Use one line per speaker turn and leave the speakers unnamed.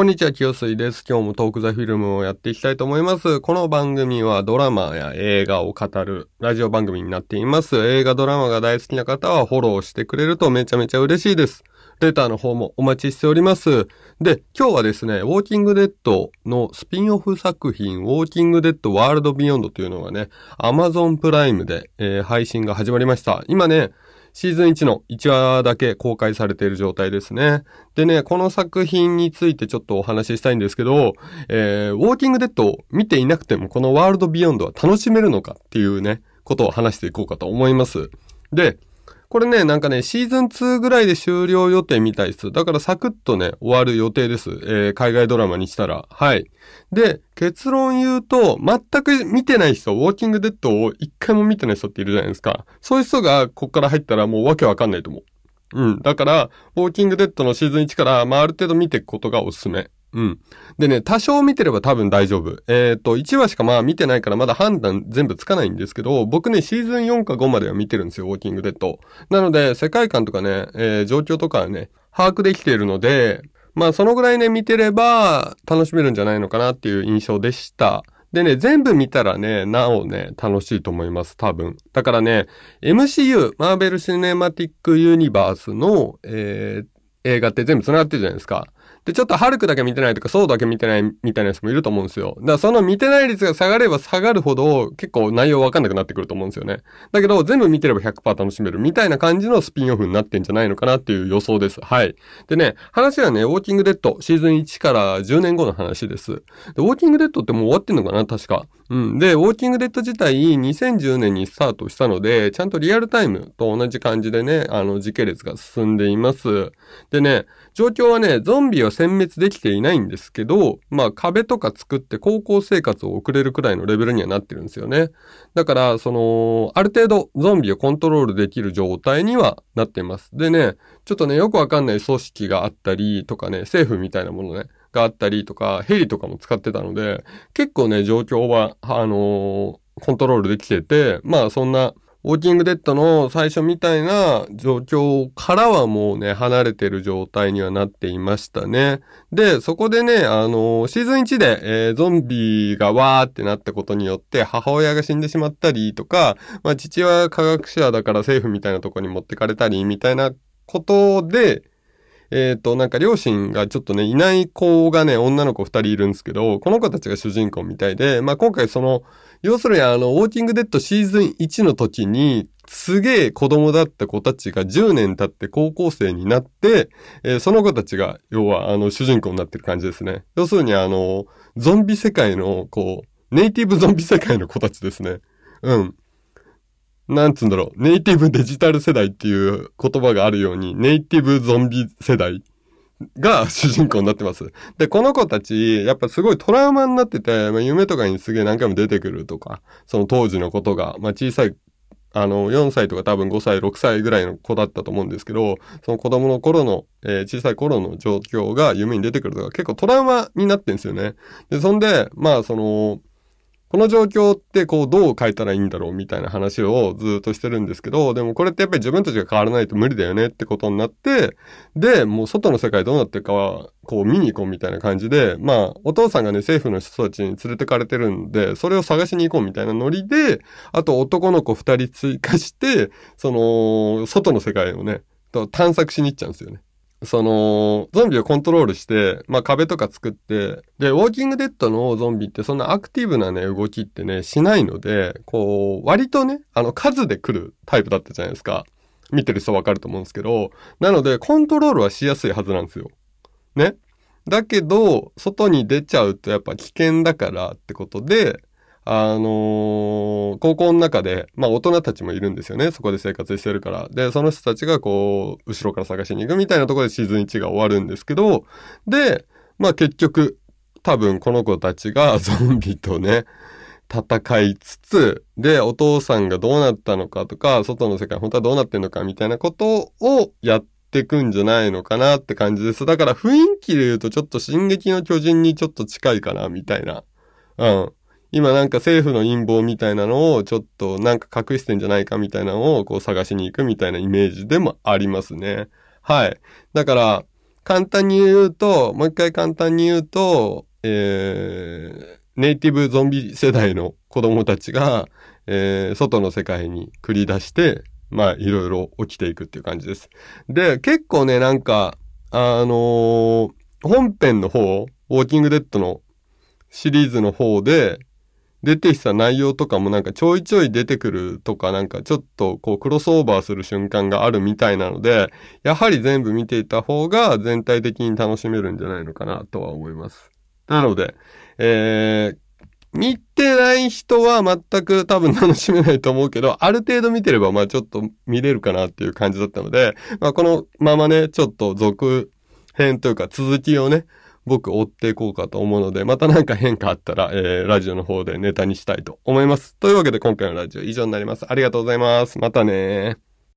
こんにちは、清水です。今日もトークザフィルムをやっていきたいと思います。この番組はドラマや映画を語るラジオ番組になっています。映画ドラマが大好きな方はフォローしてくれるとめちゃめちゃ嬉しいです。レターの方もお待ちしております。で、今日はですね、ウォーキングデッドのスピンオフ作品、ウォーキングデッドワールドビヨンドというのがね、Amazon プライムで、配信が始まりました。今ね、シーズン1の1話だけ公開されている状態ですね。でね、この作品についてちょっとお話ししたいんですけど、ウォーキングデッドを見ていなくてもこのワールドビヨンドは楽しめるのかっていうね、ことを話していこうかと思います。で、これね、なんかね、シーズン2ぐらいで終了予定みたいです。だからサクッとね、終わる予定です。海外ドラマにしたら。はい。で、結論言うと、全く見てない人、ウォーキングデッドを一回も見てない人っているじゃないですか。そういう人がこっから入ったらもうわけわかんないと思う。うん。だから、ウォーキングデッドのシーズン1から、ある程度見ていくことがおすすめ。うん。でね、多少見てれば多分大丈夫。1話しか見てないからまだ判断全部つかないんですけど、僕ね、シーズン4か5までは見てるんですよ、ウォーキングデッド。なので、世界観とかね、状況とかはね、把握できているので、そのぐらいね、見てれば楽しめるんじゃないのかなっていう印象でした。でね、全部見たらね、なおね、楽しいと思います、多分。だからね、MCU、マーベル・シネマティック・ユニバースの、映画って全部繋がってるじゃないですか。で、ちょっとハルクだけ見てないとか、ソーだけ見てないみたいなやつもいると思うんですよ。だからその見てない率が下がれば下がるほど、結構内容わかんなくなってくると思うんですよね。だけど、全部見てれば 100% 楽しめるみたいな感じのスピンオフになってんじゃないのかなっていう予想です。はい。でね、話はね、ウォーキングデッド、シーズン1から10年後の話です。で、ウォーキングデッドってもう終わってんのかな確か。うん。で、ウォーキングデッド自体2010年にスタートしたので、ちゃんとリアルタイムと同じ感じでね、時系列が進んでいます。でね、状況はね、ゾンビは殲滅できていないんですけど、壁とか作って高校生活を送れるくらいのレベルにはなってるんですよね。だから、ある程度ゾンビをコントロールできる状態にはなっています。でね、ちょっとね、よくわかんない組織があったりとかね、政府みたいなものね、があったりとか、ヘリとかも使ってたので、結構ね、状況は、コントロールできてて、そんな、ウォーキングデッドの最初みたいな状況からはもうね、離れてる状態にはなっていましたね。で、そこでね、シーズン1で、ゾンビがわーってなったことによって、母親が死んでしまったりとか、父親科学者だから政府みたいなとこに持ってかれたり、みたいなことで、なんか両親がちょっとね、いない子がね、女の子2人いるんですけど、この子たちが主人公みたいで、今回要するにウォーキングデッドシーズン1の時に、すげえ子供だった子たちが10年経って高校生になって、その子たちが、要は主人公になってる感じですね。要するにゾンビ世界の、ネイティブゾンビ世界の子たちですね。うん。なんつうんだろう。ネイティブデジタル世代っていう言葉があるように、ネイティブゾンビ世代が主人公になってます。で、この子たち、やっぱすごいトラウマになってて、夢とかにすげえ何回も出てくるとか、その当時のことが、小さい、4歳とか多分5歳、6歳ぐらいの子だったと思うんですけど、その子供の頃の、小さい頃の状況が夢に出てくるとか、結構トラウマになってんですよね。で、そんで、この状況ってどう変えたらいいんだろうみたいな話をずっとしてるんですけど、でもこれってやっぱり自分たちが変わらないと無理だよねってことになって、で、もう外の世界どうなってるかは、見に行こうみたいな感じで、お父さんがね、政府の人たちに連れてかれてるんで、それを探しに行こうみたいなノリで、あと男の子2人追加して、外の世界をね、探索しに行っちゃうんですよね。ゾンビをコントロールして、壁とか作って、で、ウォーキングデッドのゾンビってそんなアクティブなね、動きってね、しないので、割とね、数で来るタイプだったじゃないですか。見てる人わかると思うんですけど、なので、コントロールはしやすいはずなんですよ。ね。だけど、外に出ちゃうとやっぱ危険だからってことで、高校の中で、大人たちもいるんですよね。そこで生活してるから。で、その人たちが後ろから探しに行くみたいなところでシーズン1が終わるんですけど、で、結局、多分この子たちがゾンビとね、戦いつつ、で、お父さんがどうなったのかとか、外の世界本当はどうなってんのかみたいなことをやってくんじゃないのかなって感じです。だから雰囲気で言うとちょっと進撃の巨人にちょっと近いかな、みたいな。うん。今なんか政府の陰謀みたいなのをちょっとなんか隠してんじゃないかみたいなのを探しに行くみたいなイメージでもありますね。はい。だから簡単に言うと、もう一回簡単に言うと、ネイティブゾンビ世代の子供たちが、外の世界に繰り出して、まあ、いろいろ起きていくっていう感じです。で、結構ね、なんか、本編の方、ウォーキングデッドのシリーズの方で、出てきた内容とかもなんかちょいちょい出てくるとかなんかちょっとこうクロスオーバーする瞬間があるみたいなので、やはり全部見ていた方が全体的に楽しめるんじゃないのかなとは思います。なので、見てない人は全く多分楽しめないと思うけど、ある程度見てればまあちょっと見れるかなっていう感じだったので、まあこのままね、ちょっと続編というか続きをね、僕追っていこうかと思うので、またなんか変化あったら、ラジオの方でネタにしたいと思います。というわけで今回のラジオ以上になります。ありがとうございます。またねー。